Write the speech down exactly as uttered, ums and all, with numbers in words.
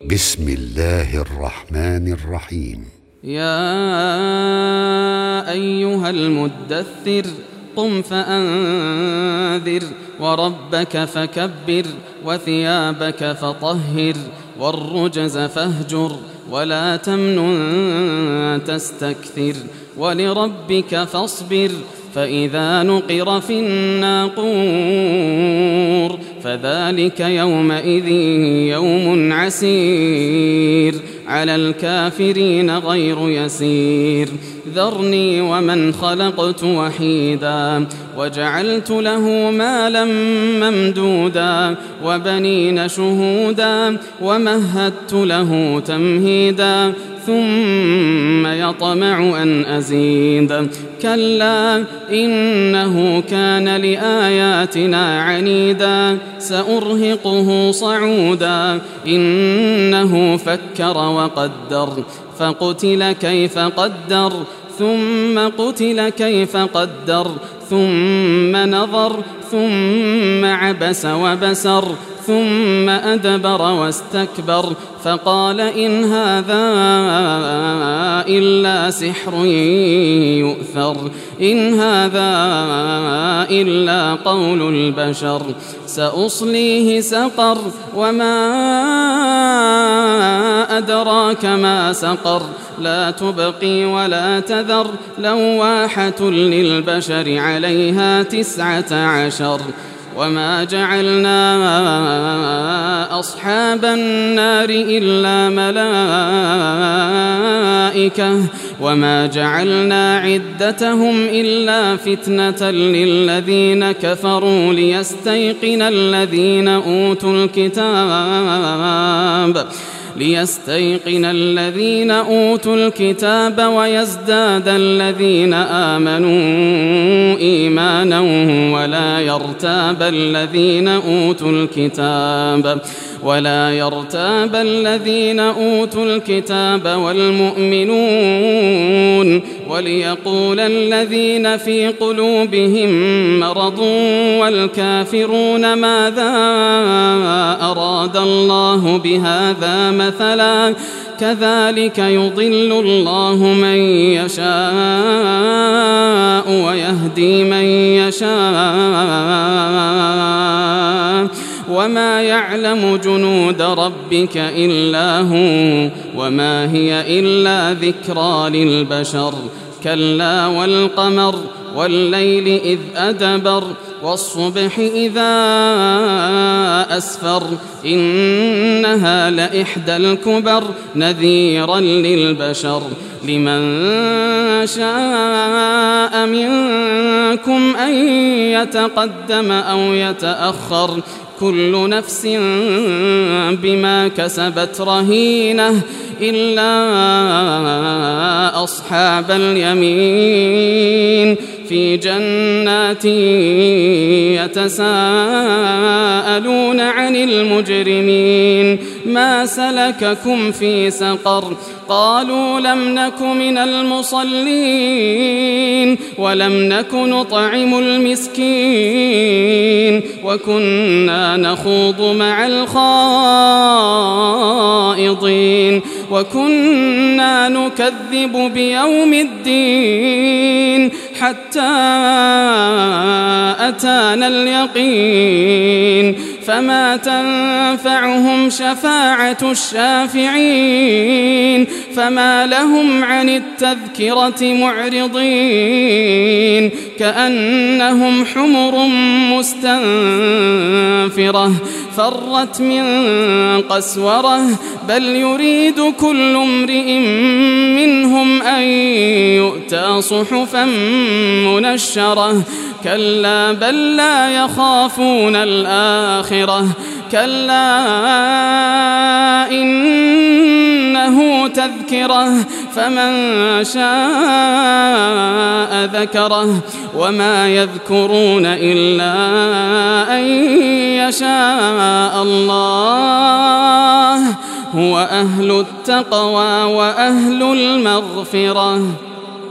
بسم الله الرحمن الرحيم. يا أيها المدثر قم فأنذر وربك فكبر وثيابك فطهر والرجز فاهجر ولا تمنن تستكثر ولربك فاصبر فإذا نقر في الناقور فذلك يومئذ يوم عسير على الكافرين غير يسير. ذرني ومن خلقت وحيدا وجعلت له مالا ممدودا وبنين شهودا ومهدت له تمهيدا ثم يطمع أن أزيد كلا إنه كان لآياتنا عنيدا سأرهقه صعودا إنه فكر وقدر فقتل كيف قدر ثم قتل كيف قدر ثم نظر ثم عبس وبسر ثم أدبر واستكبر فقال إن هذا إلا سحر يؤثر إن هذا إلا قول البشر سأصليه سقر وما أدراك ما سقر لا تبقي ولا تذر لواحة للبشر عليها تسعة عشر. وما جعلنا أصحاب النار إلا ملائكة وما جعلنا عدتهم إلا فتنة للذين كفروا ليستيقن الذين أوتوا الكتاب ليستيقن الذين أوتوا الكتاب ويزداد الذين آمنوا إيمانا ولا يرتاب الذين أوتوا الكتاب ولا يرتاب الذين أوتوا الكتاب والمؤمنون وليقول الذين في قلوبهم مرض والكافرون ماذا أراد الله بهذا مثلا كذلك يضل الله من يشاء ويهدي من يشاء وما يعلم جنود ربك إلا هو وما هي إلا ذكرى للبشر. كلا والقمر والليل إذ أدبر والصبح إذا أسفر إنها لإحدى الكبر نذيرا للبشر. لمن شاء منكم أن يتقدم أو يتأخر كل نفس بما كسبت رهينة إلا أصحاب اليمين في جنات يتساءلون عن المجرمين ما سلككم في سقر قالوا لم نك من المصلين ولم نك نطعم المسكين وكنا نخوض مع الخائضين وكنا نكذب بيوم الدين حتى أتانا اليقين فما تنفعهم شفاعة الشافعين فما لهم عن التذكرة معرضين كأنهم حمر مستنفرة فرت من قسورة بل يريد كل امرئ منهم أن يؤتى صحفا منشرة كلا بل لا يخافون الآخرة كلا إنه تذكرة فمن شاء ذكره وما يذكرون إلا أن يشاء الله هو أهل التقوى وأهل المغفرة.